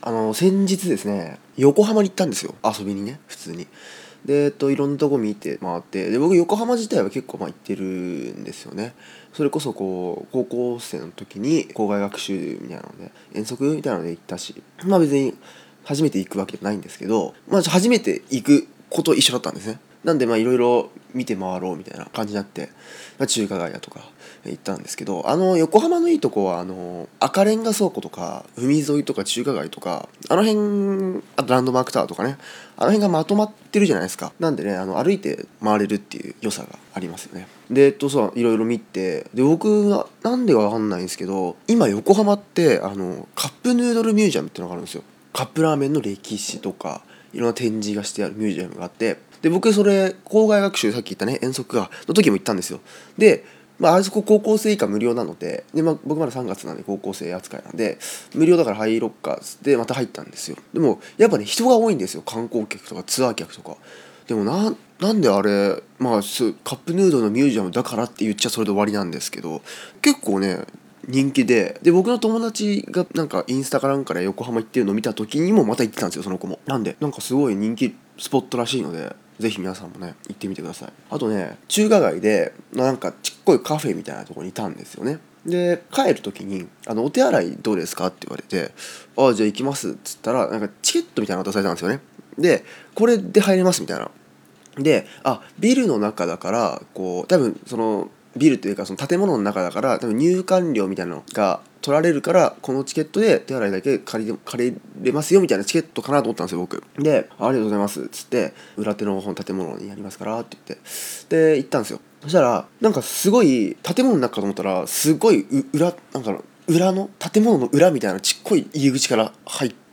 先日ですね、横浜に行ったんですよ、遊びにね、普通に。で、いろんなとこ見て回って、で、僕横浜自体は結構行ってるんですよね。それこそこう高校生の時に校外学習みたいなので遠足みたいなので行ったし、別に初めて行くわけじゃないんですけど、初めて行くこと一緒だったんですね。なんでいろいろ見て回ろうみたいな感じになって、中華街だとか行ったんですけど、横浜のいいとこは赤レンガ倉庫とか海沿いとか中華街とかあの辺、あとランドマークタワーとかね、あの辺がまとまってるじゃないですか。なんでね、歩いて回れるっていう良さがありますよね。でいろいろ見て、で僕はなんでかわかんないんですけど、今横浜ってカップヌードルミュージアムっていうのがあるんですよ。カップラーメンの歴史とかいろんな展示がしてあるミュージアムがあって、で僕それ校外学習、さっき言ったね遠足の時も行ったんですよ。であそこ高校生以下無料なので、僕まだ3月なんで高校生扱いなんで無料だから入ろっかっつってまた入ったんですよ。でもやっぱね、人が多いんですよ。観光客とかツアー客とか。でもなんであれ、カップヌードルのミュージアムだからって言っちゃそれで終わりなんですけど、結構ね人気で、僕の友達がなんかインスタかなんかで横浜行ってるのを見た時にもまた行ってたんですよ、その子も。なんでなんかすごい人気スポットらしいので、ぜひ皆さんもね行ってみてください。あとね、中華街でなんかちっこいカフェみたいなところにいたんですよね。で帰る時にお手洗いどうですかって言われて、じゃあ行きますっつったら、なんかチケットみたいなの渡されたんですよね。でこれで入れますみたいな。でビルの中だからこう多分そのビルというかその建物の中だから多分入館料みたいなのが取られるから、このチケットで手洗いだけ借りれますよみたいなチケットかなと思ったんですよ僕で。ありがとうございますっつって、裏手の建物にありますからって言ってで行ったんですよ。そしたらなんかすごい建物の中かと思ったら、すごい裏の建物の裏みたいなちっこい入り口から入って、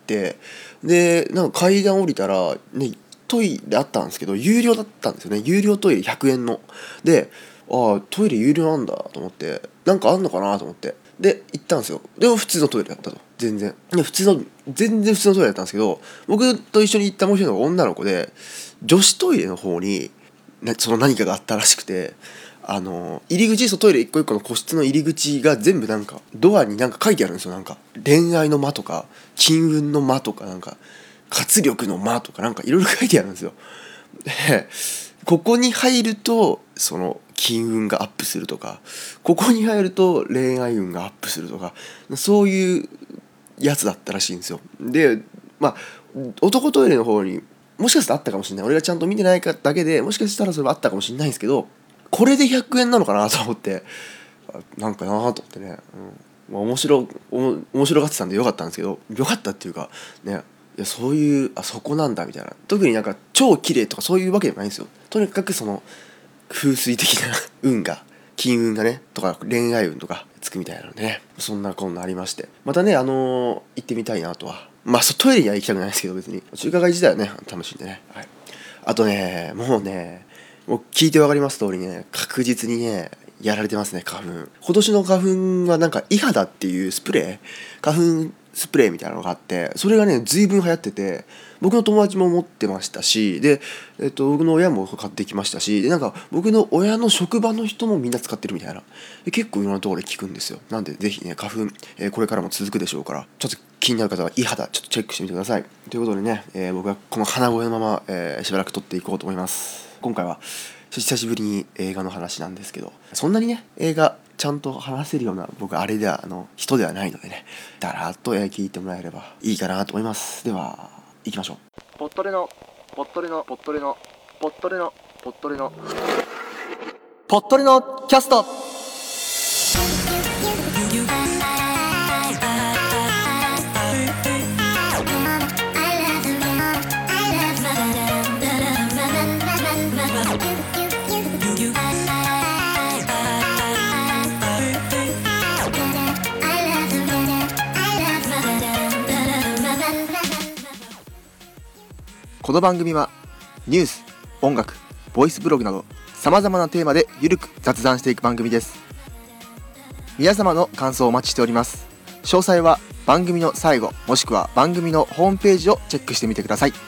でなんか階段降りたらね、トイレあったんですけど有料だったんですよね。有料トイレ100円ので、トイレ有料なんだと思って、なんかあんのかなと思ってで行ったんですよ。でも普通のトイレだったと。全然普通のトイレだったんですけど、僕と一緒に行ったもう一人の女の子で、女子トイレの方にその何かがあったらしくて、入り口、トイレ一個一個の個室の入り口が全部なんかドアになんか書いてあるんですよ。なんか恋愛の間とか金運の間とかなんか活力の間とかなんかいろいろ書いてあるんですよ。でここに入るとその金運がアップするとか、ここに入ると恋愛運がアップするとか、そういうやつだったらしいんですよ。で男トイレの方にもしかしたらあったかもしれない。俺がちゃんと見てないかだけでもしかしたらそれはあったかもしれないんですけど、これで100円なのかなと思って、なんかなと思ってね、面白がってたんでよかったんですけど、よかったっていうかね、いやそういうそこなんだみたいな。特になんか超綺麗とかそういうわけでもないんですよ。とにかくその風水的な運が、金運がねとか恋愛運とかつくみたいなのでね、そんなこんなありまして、またね行ってみたいなとは。トイレには行きたくないですけど、別に中華街自体はね楽しんでね、はい、あとねもう聞いてわかります通りね、確実にねやられてますね、花粉。今年の花粉はなんかイハダっていう花粉スプレーみたいなのがあって、それがね随分流行ってて、僕の友達も持ってましたし、で、僕の親も買ってきましたし、でなんか僕の親の職場の人もみんな使ってるみたいな。で結構いろんなところで聞くんですよ。なんでぜひね花粉、これからも続くでしょうから、ちょっと気になる方はイハダちょっとチェックしてみてください。ということでね、僕はこの鼻声のまま、しばらく撮っていこうと思います。今回は久しぶりに映画の話なんですけど、そんなにね映画ちゃんと話せるような僕あれでは人ではないのでね、だらっと聞いてもらえればいいかなと思います。では行きましょう。ポットレのキャスト。この番組はニュース、音楽、ボイスブログなど様々なテーマでゆるく雑談していく番組です。皆様の感想をお待ちしております。詳細は番組の最後もしくは番組のホームページをチェックしてみてください。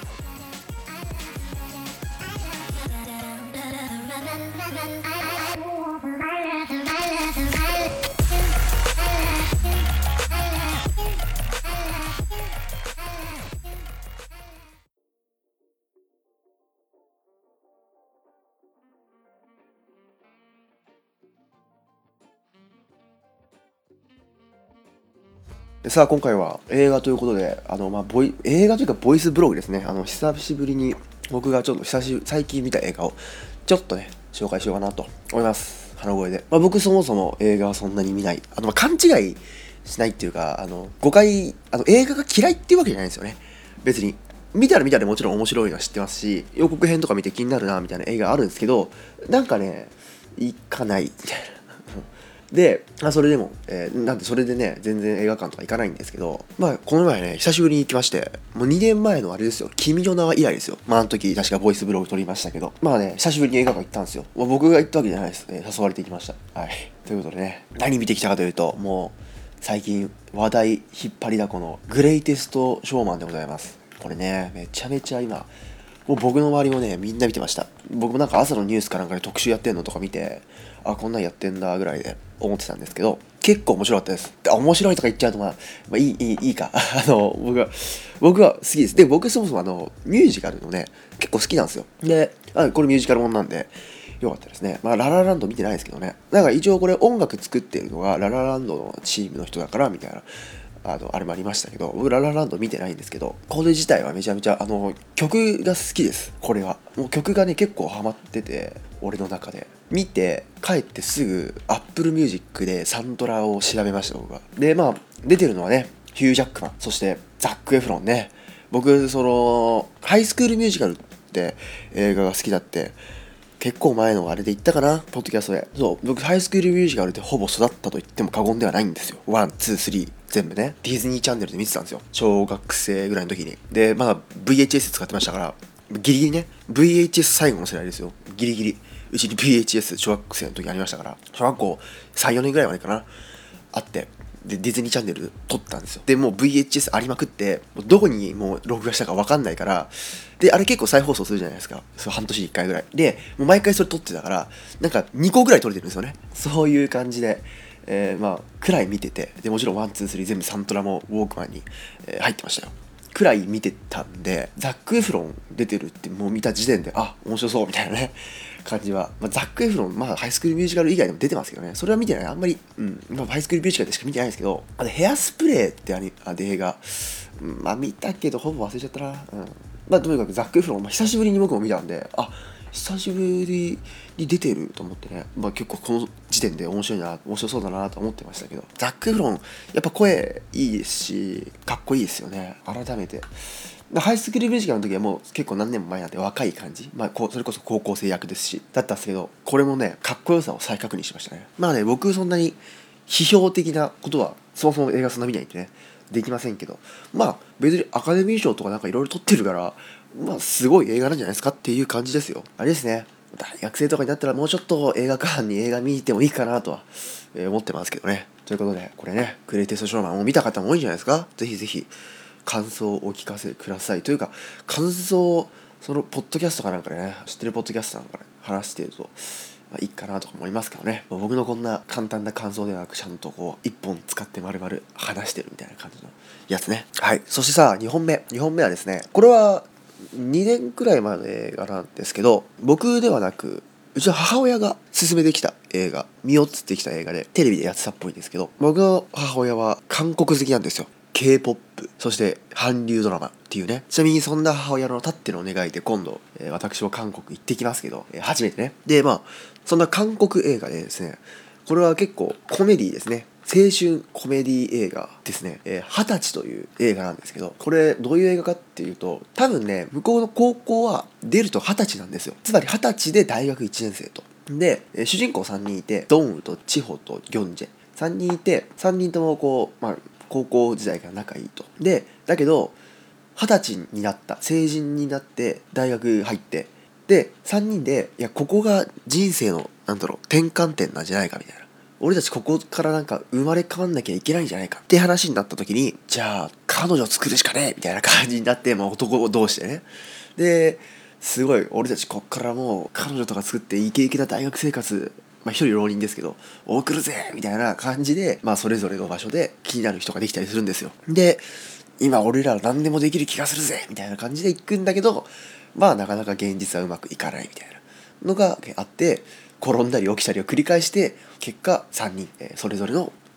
でさあ今回は映画ということで映画というかボイスブログですね。久しぶりに僕がちょっと最近見た映画をちょっとね紹介しようかなと思います。鼻声で、僕そもそも映画はそんなに見ない、勘違いしないっていうか、誤解、映画が嫌いっていうわけじゃないんですよね。別に見たらもちろん面白いのは知ってますし、予告編とか見て気になるなみたいな映画あるんですけど、なんかね行かないみたいなで、それでも、なんでそれでね全然映画館とか行かないんですけど、この前ね久しぶりに行きまして、もう2年前のあれですよ、君の名は以来ですよ。あの時確かボイスブログ撮りましたけど、久しぶりに映画館行ったんですよ。僕が行ったわけじゃないですね、誘われて行きました。はい、ということでね、何見てきたかというと、もう最近話題引っ張りだこのグレイテストショーマンでございます。これねめちゃめちゃ今もう僕の周りもねみんな見てました。僕もなんか朝のニュースかなんかで特集やってんのとか見て、こんなんやってんだぐらいで思ってたんですけど、結構面白かったです。面白いとか言っちゃうといいか僕は好きです。で僕そもそもミュージカルのね結構好きなんですよ。でこれミュージカルもんなんでよかったですね。ララランド見てないですけどね。なんか一応これ音楽作ってるのがララランドのチームの人だからみたいなあれもありましたけど、僕ララランド見てないんですけど、これ自体はめちゃめちゃ曲が好きです。これはもう曲がね結構ハマってて、俺の中で見て帰ってすぐ Apple Music でサントラを調べました。僕はで出てるのはねヒュー・ジャックマン、そしてザック・エフロンね。僕そのハイスクールミュージカルって映画が好きだって結構前のあれで言ったかな、ポッドキャストで。そう僕ハイスクールミュージカルでほぼ育ったと言っても過言ではないんですよ。ワンツースリー全部ねディズニーチャンネルで見てたんですよ、小学生ぐらいの時に。でVHS 使ってましたから、ギリギリね VHS 最後の世代ですよ。ギリギリうちに VHS 小学生の時ありましたから、小学校3、4年ぐらいまでかなあって、でディズニーチャンネル撮ったんですよ。でもう VHS ありまくって、もうどこにもう録画したか分かんないから、であれ結構再放送するじゃないですか、そう半年に1回ぐらいで、もう毎回それ撮ってたから、なんか2個ぐらい撮れてるんですよね。そういう感じでくらい見てて、でもちろんワンツースリー全部サントラもウォークマンに、入ってましたよ。くらい見てたんで、ザック・エフロン出てるってもう見た時点で面白そうみたいなね感じは、ザック・エフロンハイスクールミュージカル以外でも出てますけどね、それは見てない、あんまりハイスクールミュージカルでしか見てないんですけど、ヘアスプレーって映画、見たけどほぼ忘れちゃったな。とにかくザック・エフロン、久しぶりに僕も見たんで、久しぶりに出てると思ってね、結構この時点で面白そうだなと思ってましたけど、ザック・エフロンやっぱ声いいですしかっこいいですよね。改めてハイスクールミュージカルの時はもう結構何年も前なんで若い感じ、それこそ高校生役ですしだったんですけど、これもねかっこよさを再確認しましたね。僕そんなに批評的なことはそもそも映画そんな見ないんでねできませんけど、別にアカデミー賞とかなんかいろいろ撮ってるから、すごい映画なんじゃないですかっていう感じですよ。あれですね、大学生とかになったらもうちょっと映画館に映画見に行ってもいいかなとは、思ってますけどね。ということでこれねグレイテストショーマンを見た方も多いんじゃないですか。ぜひぜひ感想をお聞かせください。というか感想そのポッドキャストかなんかでね、知ってるポッドキャストなんかで話しているといいかなとか思いますけどね。僕のこんな簡単な感想ではなく、ちゃんとこう1本使って丸々話してるみたいな感じのやつね。はい。そしてさ、2本目はですね、これは2年くらい前の映画なんですけど、僕ではなくうちの母親が勧めてきた映画、見よっつってきた映画でテレビでやってたっぽいんですけど、僕の母親は韓国好きなんですよ。 K-POP、 そして韓流ドラマっていうね。ちなみにそんな母親のたっての願いで今度、私も韓国行ってきますけど、初めてね。でそんな韓国映画でですね、これは結構コメディですね。青春コメディ映画ですね。20歳という映画なんですけど、これどういう映画かっていうと、多分ね向こうの高校は出ると20歳なんですよ。つまり20歳で大学1年生と。で主人公3人いて、ドンウとチホとギョンジェ3人いて、3人ともこう高校時代から仲いいと。でだけど20歳になった、成人になって大学入って、で3人でここが人生の転換点なんじゃないかみたいな、俺たちここからなんか生まれ変わんなきゃいけないんじゃないかって話になった時に、じゃあ彼女作るしかねえみたいな感じになって、男同士でね。ですごい俺たちこっからもう彼女とか作ってイケイケな大学生活、一人浪人ですけど送るぜみたいな感じで、それぞれの場所で気になる人ができたりするんですよ。で今俺ら何でもできる気がするぜみたいな感じで行くんだけど、なかなか現実はうまくいかないみたいなのがあって、転んだり起きたりを繰り返して、結果3人、それぞれの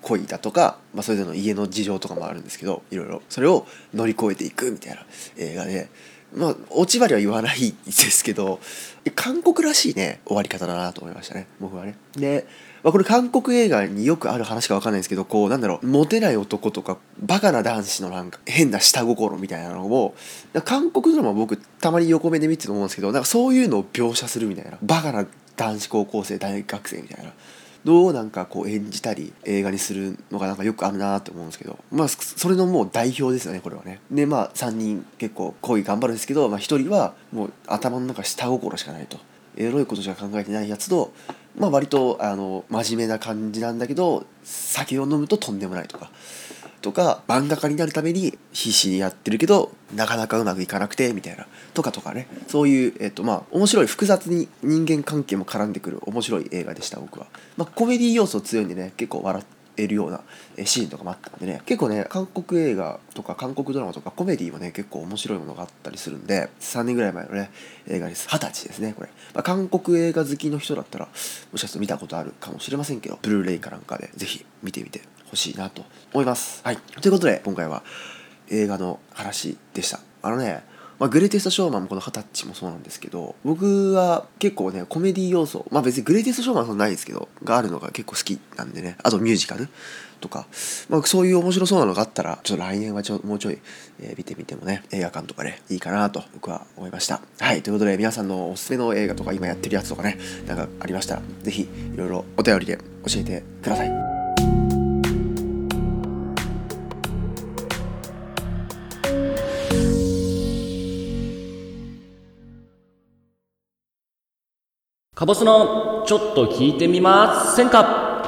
恋だとか、それぞれの家の事情とかもあるんですけど、いろいろそれを乗り越えていくみたいな映画で、オチまでは言わないですけど、韓国らしいね終わり方だなと思いましたね、僕はね。で、これ韓国映画によくある話か分かんないんですけど、モテない男とかバカな男子のなんか変な下心みたいなのを、韓国ドラマ僕たまに横目で見てると思うんですけど、なんかそういうのを描写するみたいな、バカな男子高校生大学生みたいなどうなんかこう演じたり映画にするのがなんかよくあるなと思うんですけど、それのもう代表ですよね、これはね。で3人結構恋頑張るんですけど、1人はもう頭の中下心しかないと、エロいことしか考えてないやつと、割と真面目な感じなんだけど酒を飲むととんでもないとか漫画家になるために必死にやってるけどなかなかうまくいかなくてみたいなとかね、そういう面白い複雑に人間関係も絡んでくる面白い映画でした。僕はコメディ要素強いんでね、結構笑えるようなシーンとかもあったんでね、結構ね韓国映画とか韓国ドラマとかコメディもね結構面白いものがあったりするんで、3年ぐらい前のね映画です。20歳ですねこれ。韓国映画好きの人だったらもしかすると見たことあるかもしれませんけど、ブルーレイかなんかでぜひ見てみてほしいなと思います。はい、ということで今回は映画の話でした。グレイテストショーマンもこの20歳もそうなんですけど、僕は結構ねコメディ要素、別にグレイテストショーマンはそんなないですけどがあるのが結構好きなんでね、あとミュージカルとか、そういう面白そうなのがあったらちょっと来年はもうちょい、見てみてもね映画館とかねいいかなと僕は思いました。はい、ということで皆さんのおすすめの映画とか今やってるやつとかねなんかありましたらぜひいろいろお便りで教えてください。 カボスのちょっと聞いてみませんか。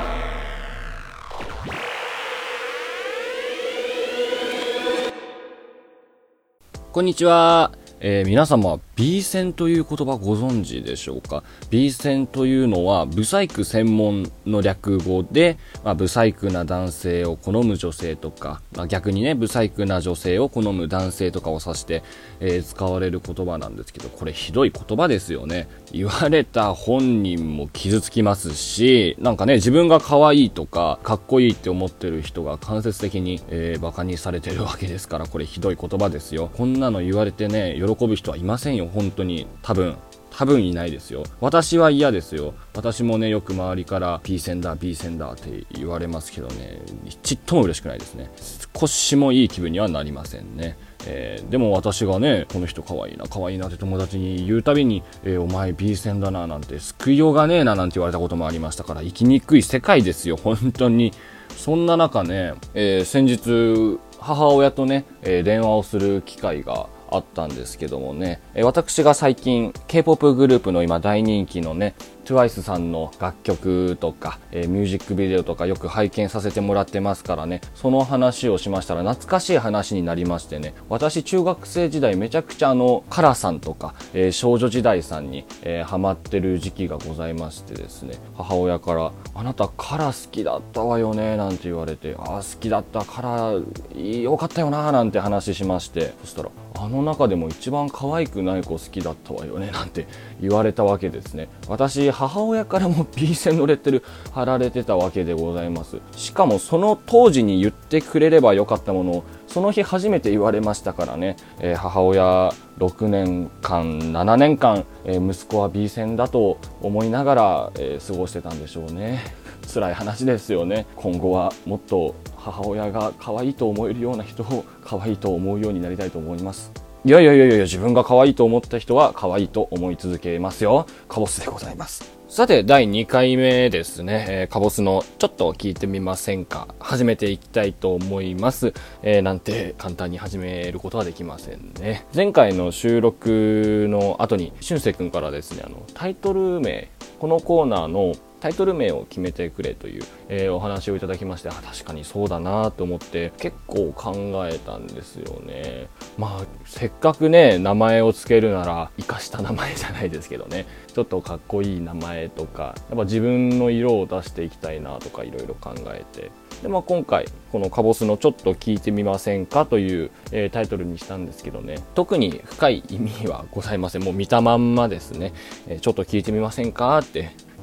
こんにちは。皆様 B 線という言葉ご存知でしょうか。 B 線というのはブサイク専門の略語で、ブサイクな男性を好む女性とか、逆にねブサイクな女性を好む男性とかを指して、使われる言葉なんですけど、これひどい言葉ですよね。言われた本人も傷つきますし、なんかね自分が可愛いとかかっこいいって思ってる人が間接的に、バカにされてるわけですから、これひどい言葉ですよ。こんなの言われてね喜ぶ人はいませんよ、本当に。多分いないですよ。私は嫌ですよ。私もねよく周りから B 線だって言われますけどね、ちっとも嬉しくないですね。少しもいい気分にはなりませんね。でも私がねこの人可愛いなって友達に言うたびに、お前 B 線だななんて救いようがねえななんて言われたこともありましたから、生きにくい世界ですよ本当に。そんな中ね、先日母親とね、電話をする機会があったんですけどもね、私が最近 K-POP グループの今大人気のね TWICE さんの楽曲とか、ミュージックビデオとかよく拝見させてもらってますからね、その話をしましたら懐かしい話になりましてね、私中学生時代めちゃくちゃカラさんとか、少女時代さんに、ハマってる時期がございましてですね、母親からあなたカラ好きだったわよねなんて言われて、好きだったカラよかったよななんて話しまして、そしたらあの中でも一番可愛くない子好きだったわよねなんて言われたわけですね。私母親からも B 線のレッテル貼られてたわけでございます。しかもその当時に言ってくれればよかったものをその日初めて言われましたからね、母親6年間7年間、息子は B 線だと思いながら、過ごしてたんでしょうね。辛い話ですよね。今後はもっと母親が可愛いと思えるような人を可愛いと思うようになりたいと思います。いや自分が可愛いと思った人は可愛いと思い続けますよ。カボスでございます。さて第2回目ですね、カボスのちょっと聞いてみませんか、始めていきたいと思います。なんて簡単に始めることはできませんね。前回の収録の後に俊介くんからですね、タイトル名、このコーナーのタイトル名を決めてくれという、お話をいただきまして、確かにそうだなと思って結構考えたんですよね。せっかくね名前をつけるなら生かした名前じゃないですけどね、ちょっとかっこいい名前とか、やっぱ自分の色を出していきたいなとかいろいろ考えて、で、今回このカボスのちょっと聞いてみませんかという、タイトルにしたんですけどね、特に深い意味はございません。もう見たまんまですね、ちょっと聞いてみませんかって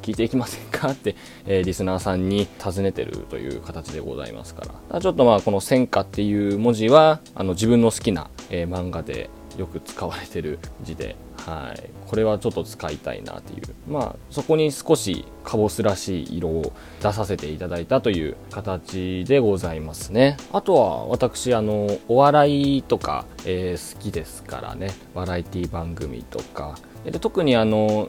聞いていきませんかって、リスナーさんに尋ねてるという形でございますから、ちょっとこの戦果っていう文字は自分の好きな、漫画でよく使われてる字で、これはちょっと使いたいなっていう、そこに少しカボスらしい色を出させていただいたという形でございますね。あとは私お笑いとか、好きですからね、バラエティ番組とかで、特に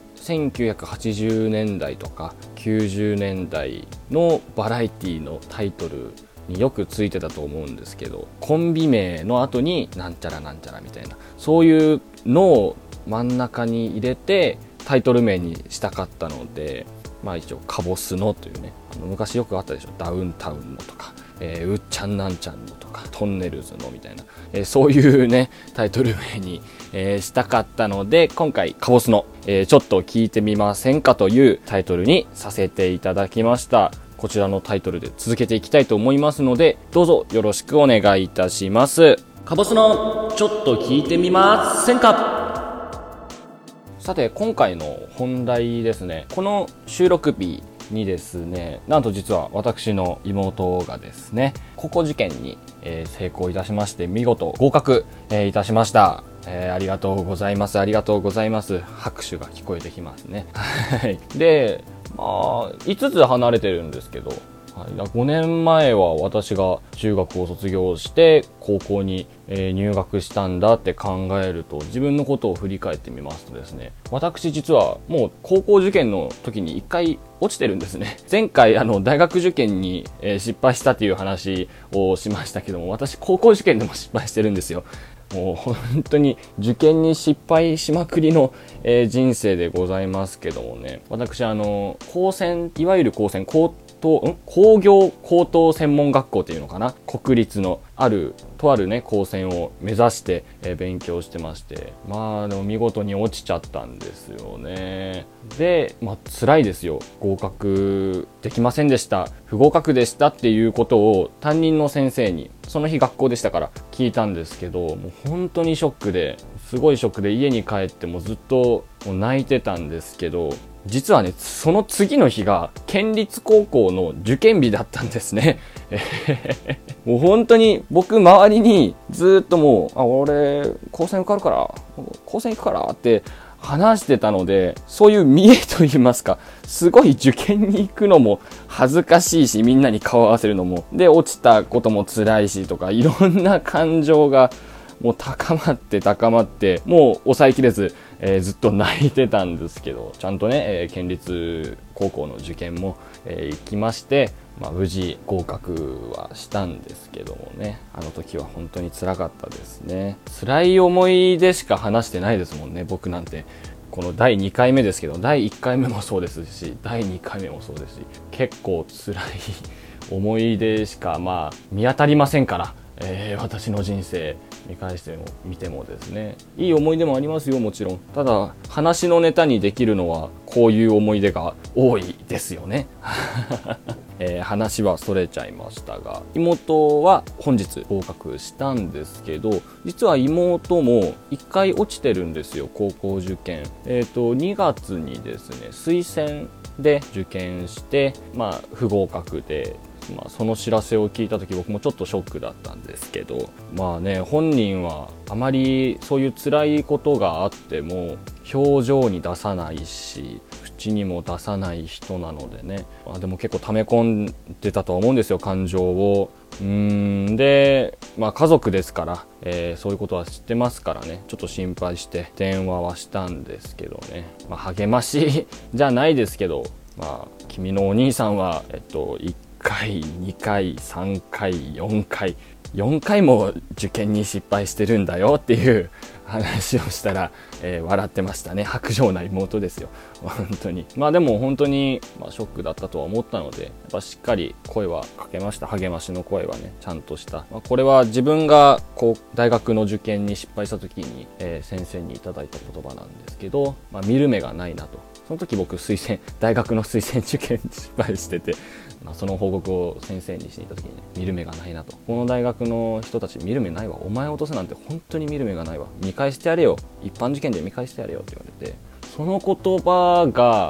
1980年代とか90年代のバラエティのタイトルによくついてたと思うんですけど、コンビ名の後になんちゃらなんちゃらみたいな、そういうのを真ん中に入れてタイトル名にしたかったので、一応カボスのというね、昔よくあったでしょ、ダウンタウンのとか、うっちゃんなんちゃんのとか、トンネルズのみたいな、そういうねタイトル名に、したかったので、今回カボスの、ちょっと聞いてみませんかというタイトルにさせていただきました。こちらのタイトルで続けていきたいと思いますので、どうぞよろしくお願いいたします。カボスのちょっと聞いてみませんか。さて、今回の本題ですね。この収録日にですね、なんと実は私の妹がですね、高校受験に、成功いたしまして、見事合格、いたしました。ありがとうございます。ありがとうございます。拍手が聞こえてきますね。で、5つ離れてるんですけど、5年前は私が中学を卒業して高校に入学したんだって考えると、自分のことを振り返ってみますとですね、私実はもう高校受験の時に1回落ちてるんですね。前回大学受験に失敗したっていう話をしましたけども、私高校受験でも失敗してるんですよ。もう本当に受験に失敗しまくりの、人生でございますけどもね、私高専、いわゆる高専、工業高等専門学校っていうのかな、国立のとあるね高専を目指して、勉強してまして、でも見事に落ちちゃったんですよね。で、辛いですよ。合格できませんでした、不合格でしたっていうことを担任の先生に、その日学校でしたから聞いたんですけど、もう本当にショックで、すごいショックで、家に帰ってもずっともう泣いてたんですけど、実はね、その次の日が県立高校の受験日だったんですね。もう本当に僕周りにずっともう、俺高専受かるから、高専行くからって話してたので、そういう見栄と言いますか、すごい受験に行くのも恥ずかしいし、みんなに顔合わせるのも、で落ちたことも辛いしとか、いろんな感情がもう高まって、もう抑えきれず、ずっと泣いてたんですけど、ちゃんとね、県立高校の受験も、行きまして、無事合格はしたんですけどもね、あの時は本当に辛かったですね。辛い思い出しか話してないですもんね、僕なんて。この第2回目ですけど、第1回目もそうですし、第2回目もそうですし、結構辛い思い出しか見当たりませんから、私の人生見返してみてもですね、いい思い出もありますよ、もちろん。ただ話のネタにできるのはこういう思い出が多いですよね。話はそれちゃいましたが、妹は本日合格したんですけど、実は妹も1回落ちてるんですよ、高校受験。2月にですね、推薦で受験して、不合格で、その知らせを聞いた時、僕もちょっとショックだったんですけど、本人はあまりそういう辛いことがあっても表情に出さないし、口にも出さない人なのでね、でも結構溜め込んでたとは思うんですよ、感情を。で、家族ですから、そういうことは知ってますからね、ちょっと心配して電話はしたんですけどね、励ましじゃないですけど、君のお兄さんは、1回、2回、3回、4回も受験に失敗してるんだよっていう話をしたら、笑ってましたね。薄情な妹ですよ、本当に。でも本当に、ショックだったとは思ったので、やっぱしっかり声はかけました。励ましの声はね、ちゃんとした。これは自分が大学の受験に失敗した時に、先生にいただいた言葉なんですけど、見る目がないなと。その時僕大学の推薦受験失敗してて、その報告を先生にしに行った時にね、見る目がないなと。この大学の人たち見る目ないわ。お前落とすなんて本当に見る目がないわ。見返してやれよ。一般受験で見返してやれよって言われて、その言葉が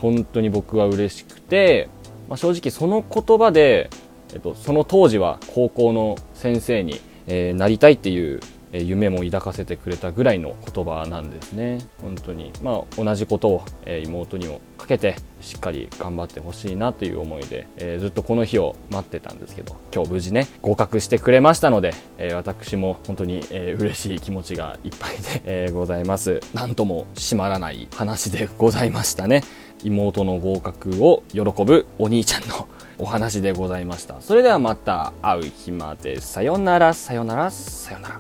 本当に僕は嬉しくて、正直その言葉で、その当時は高校の先生に、なりたいっていう夢も抱かせてくれたぐらいの言葉なんですね。本当に同じことを妹にもかけてしっかり頑張ってほしいなという思いで、ずっとこの日を待ってたんですけど、今日無事ね合格してくれましたので、私も本当に嬉しい気持ちがいっぱいでございます。なんとも締まらない話でございましたね。妹の合格を喜ぶお兄ちゃんのお話でございました。それではまた会う日まで。さよならさよならさよなら。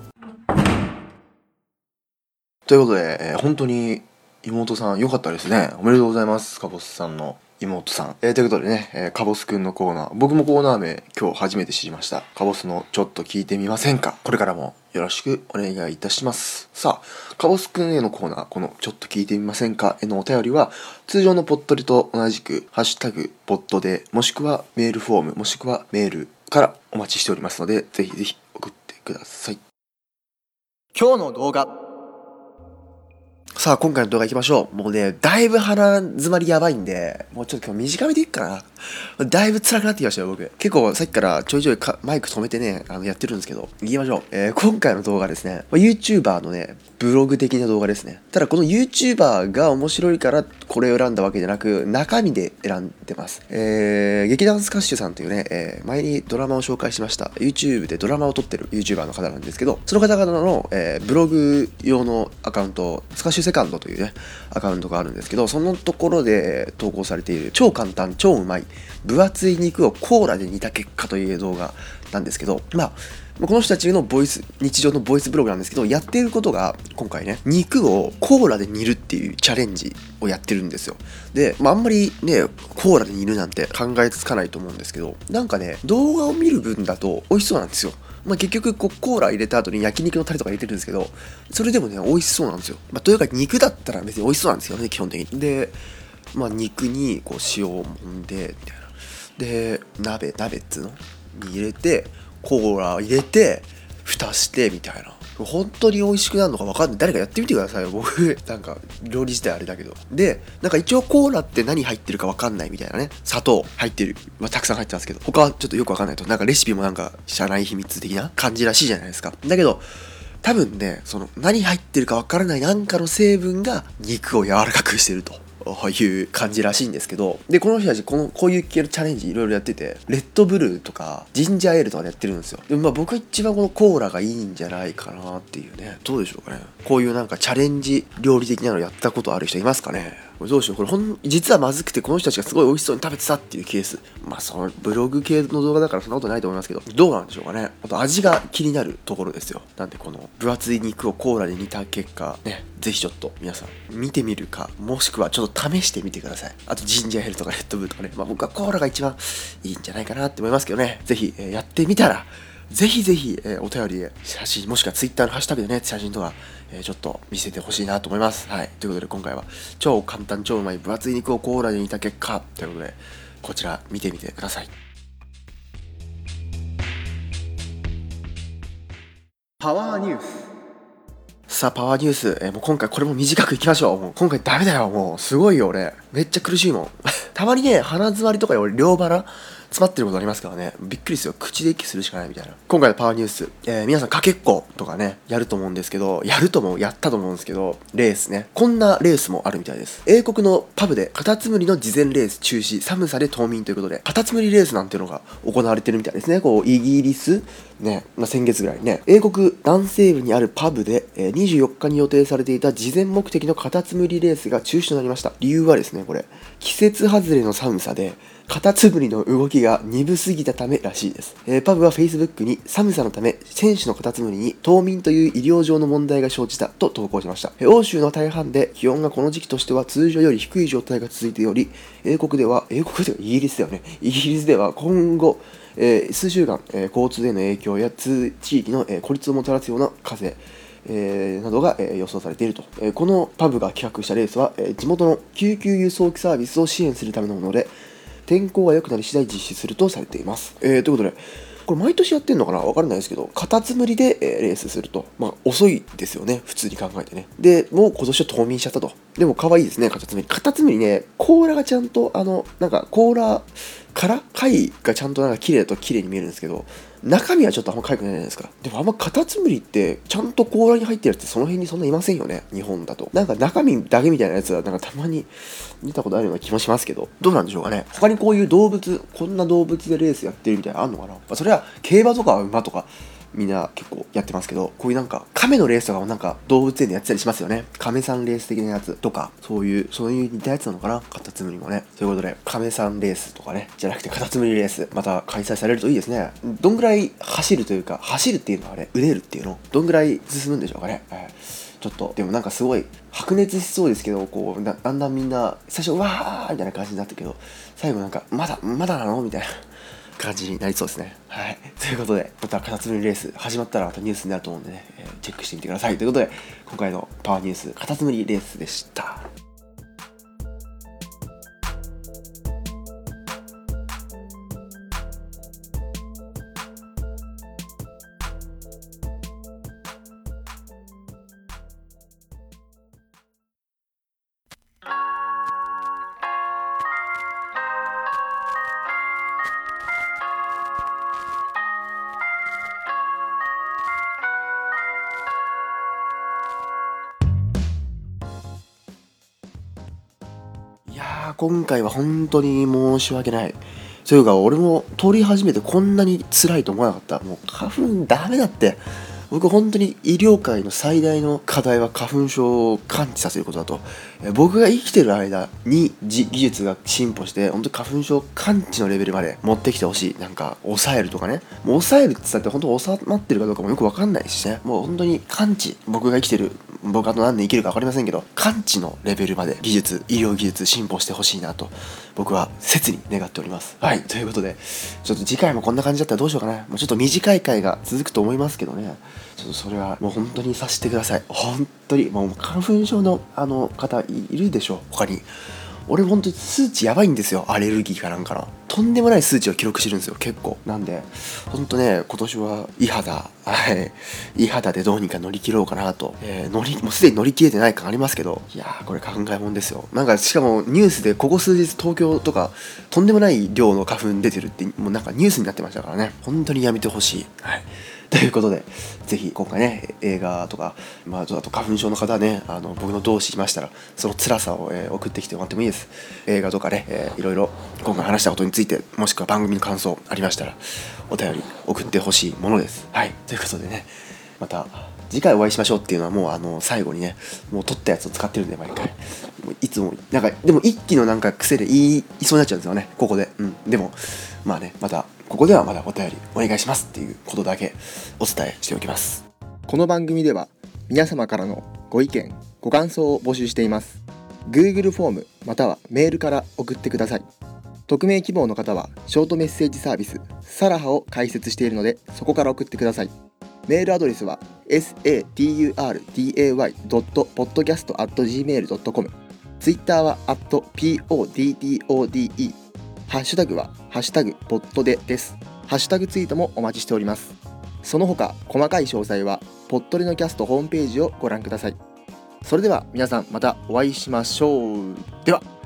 ということで、本当に妹さん良かったですね。おめでとうございます、カボスさんの妹さん。ということでね、カボスくんのコーナー、僕もコーナー名今日初めて知りました。カボスのちょっと聞いてみませんか。これからもよろしくお願いいたします。さあ、カボスくんへのコーナー、このちょっと聞いてみませんかへのお便りは、通常のポットリと同じく、ハッシュタグポットで、もしくはメールフォーム、もしくはメールからお待ちしておりますので、ぜひぜひ送ってください。今日の動画。さあ、今回の動画行きましょう。もうね、だいぶ鼻詰まりやばいんで、もうちょっと今日短めでいいかな。だいぶ辛くなってきましたよ、僕。結構さっきからちょいちょいマイク止めてね、やってるんですけど、行きましょう。今回の動画ですね、YouTuber のね、ブログ的な動画ですね。ただこの YouTuber が面白いからこれを選んだわけじゃなく、中身で選んでます。劇団スカッシュさんというね、前にドラマを紹介しました。YouTube でドラマを撮ってる YouTuber の方なんですけど、その方々の、ブログ用のアカウント、スカッシュセカンドというね、アカウントがあるんですけど、そのところで投稿されている超簡単、超うまい、分厚い肉をコーラで煮た結果という動画なんですけど、この人たちの日常のボイスブログなんですけど、やっていることが今回ね、肉をコーラで煮るっていうチャレンジをやってるんですよ。で、あんまりね、コーラで煮るなんて考えつかないと思うんですけど、なんかね、動画を見る分だと美味しそうなんですよ。結局コーラ入れた後に焼肉のタレとか入れてるんですけど、それでもね、美味しそうなんですよ。というか肉だったら別に美味しそうなんですよね、基本的に。で、肉にこう塩を揉んで、みたいな。で、鍋っつうのに入れて、コーラ入れて、蓋してみたいな。本当に美味しくなるのか分かんない。誰かやってみてくださいよ。僕、なんか、料理自体あれだけど。で、なんか一応コーラって何入ってるか分かんないみたいなね。砂糖入ってる。たくさん入ってますけど。他はちょっとよく分かんないと。なんかレシピもなんか、社内秘密的な感じらしいじゃないですか。だけど、多分ね、何入ってるか分からないなんかの成分が肉を柔らかくしてると。いう感じらしいんですけど、でこの人たちこういう系のチャレンジいろいろやってて、レッドブルーとかジンジャーエールとかでやってるんですよ。で僕は一番このコーラがいいんじゃないかなっていうね。どうでしょうかね。こういうなんかチャレンジ料理的なのやったことある人いますかね。どうしよう、これ実はまずくてこの人たちがすごい美味しそうに食べてたっていうケース。そのブログ系の動画だからそんなことないと思いますけど、どうなんでしょうかね。あと味が気になるところですよ。なんでこの分厚い肉をコーラで煮た結果ね、ぜひちょっと皆さん見てみるか、もしくはちょっと試してみてください。あとジンジャーエールとかレッドブルとかね、僕はコーラが一番いいんじゃないかなって思いますけどね。ぜひ、やってみたらぜひぜひ、お便りで写真、もしくはツイッターのハッシュタグでね、写真とか、ちょっと見せてほしいなと思います。はい。ということで今回は超簡単超うまい分厚い肉をコーラで煮た結果ということで、こちら見てみてください。パワーニュース。さあ、パワーニュース。もう今回これも短くいきましょう。もう今回ダメだよ。もうすごいよ俺。めっちゃ苦しいもん。たまにね、鼻詰まりとかより両鼻詰まってることありますからね。びっくりですよ。口で息するしかないみたいな。今回のパワーニュース、皆さんかけっことかね、やったと思うんですけど、レースね。こんなレースもあるみたいです。英国のパブでカタツムリの事前レース中止、寒さで冬眠ということで、カタツムリレースなんていうのが行われてるみたいですね。イギリスね、先月ぐらいね、英国南西部にあるパブで、24日に予定されていた事前目的のカタツムリレースが中止となりました。理由はですね、これ、季節外れの寒さで、カタツムリの動きが鈍すぎたためらしいです。パブは Facebook に寒さのため選手のカタツムリに冬眠という医療上の問題が生じたと投稿しました。欧州の大半で気温がこの時期としては通常より低い状態が続いており、イギリスだよね。イギリスでは今後、数週間、交通への影響や地域の、孤立をもたらすような風などが、予想されていると。このパブが企画したレースは、地元の救急輸送機サービスを支援するためのもので、天候が良くなり次第実施するとされています。ということで、 これ毎年やってんのかな、わからないですけど、カタツムリで、レースすると、遅いですよね、普通に考えてね。でもう今年は冬眠しちゃったと。でも可愛いですね、カタツムリ。カタツムリね、甲羅がちゃんとなんか甲羅から貝がちゃんとなんか綺麗に見えるんですけど、中身はちょっとあんま可愛くないじゃないですか。でもあんまカタツムリってちゃんと甲羅に入ってるやつってその辺にそんないませんよね、日本だと。なんか中身だけみたいなやつはなんかたまに見たことあるような気もしますけど、どうなんでしょうかね。他にこういう動物、こんな動物でレースやってるみたいなのあんのかな。それは競馬とか馬とかみんな結構やってますけど、こういうなんか亀のレースとかもなんか動物園でやってたりしますよね。亀さんレース的なやつとか、そういう似たやつなのかな、カタツムリもね。ということで亀さんレースとかね、じゃなくてカタツムリレースまた開催されるといいですね。どんぐらい走るというか、走るっていうのはね、うねるっていうのどんぐらい進むんでしょうかね。ちょっとでもなんかすごい白熱しそうですけど、こうだんだんみんな最初うわーみたいな感じになったけど、最後なんかまだなのみたいな感じになりそうですね。はい。ということで、またカタツムリレース始まったらまたニュースになると思うんでね、チェックしてみてください。ということで、今回のパワーニュース、カタツムリレースでした。いやー、今回は本当に申し訳ない。というか、俺も通り始めてこんなに辛いと思わなかった。もう花粉ダメだって。僕本当に医療界の最大の課題は花粉症を感知させることだと。僕が生きてる間に技術が進歩して、本当に花粉症感知のレベルまで持ってきてほしい。なんか抑えるとかね。もう抑えるって言ったって本当収まってるかどうかもよくわかんないしね。もう本当に感知、僕が生きてる、僕あと何年生きるか分かりませんけど、感知のレベルまで医療技術進歩してほしいなと僕は切に願っております。はい、ということでちょっと次回もこんな感じだったらどうしようかな。もうちょっと短い回が続くと思いますけどね、ちょっとそれはもう本当にさせてください。本当にもう花粉症の方いるでしょう。他に俺本当に数値やばいんですよ。アレルギーかなんかのとんでもない数値を記録してるんですよ、結構。なんで本当ね、今年は胃肌でどうにか乗り切ろうかなと、もうすでに乗り切れてない感ありますけど、いやーこれ考えもんですよ。なんかしかもニュースでここ数日東京とかとんでもない量の花粉出てるってもうなんかニュースになってましたからね。本当にやめてほしい。はい、ということで、ぜひ今回ね、映画とか、あと花粉症の方はね、僕の同志いましたら、その辛さを、送ってきてもらってもいいです。映画とかね、いろいろ今回話したことについて、もしくは番組の感想ありましたら、お便り送ってほしいものです。はい、ということでね、また次回お会いしましょうっていうのはもう最後にね、もう撮ったやつを使ってるんで、毎回。いつも、なんか、でも一気のなんか癖で言いそうになっちゃうんですよね、ここで。でも、まあね、また、ここではまだお便りお願いしますっていうことだけお伝えしておきます。 この番組では皆様からのご意見ご感想を募集しています。 Google フォームまたはメールから送ってください。匿名希望の方はショートメッセージサービスサラハを開設しているので、そこから送ってください。メールアドレスは saturday.podcast@gmail.com、 Twitter は@poddode、ハッシュタグはハッシュタグポッドでです。ハッシュタグツイートもお待ちしております。その他細かい詳細はポッドレのキャストホームページをご覧ください。それでは皆さんまたお会いしましょう。では。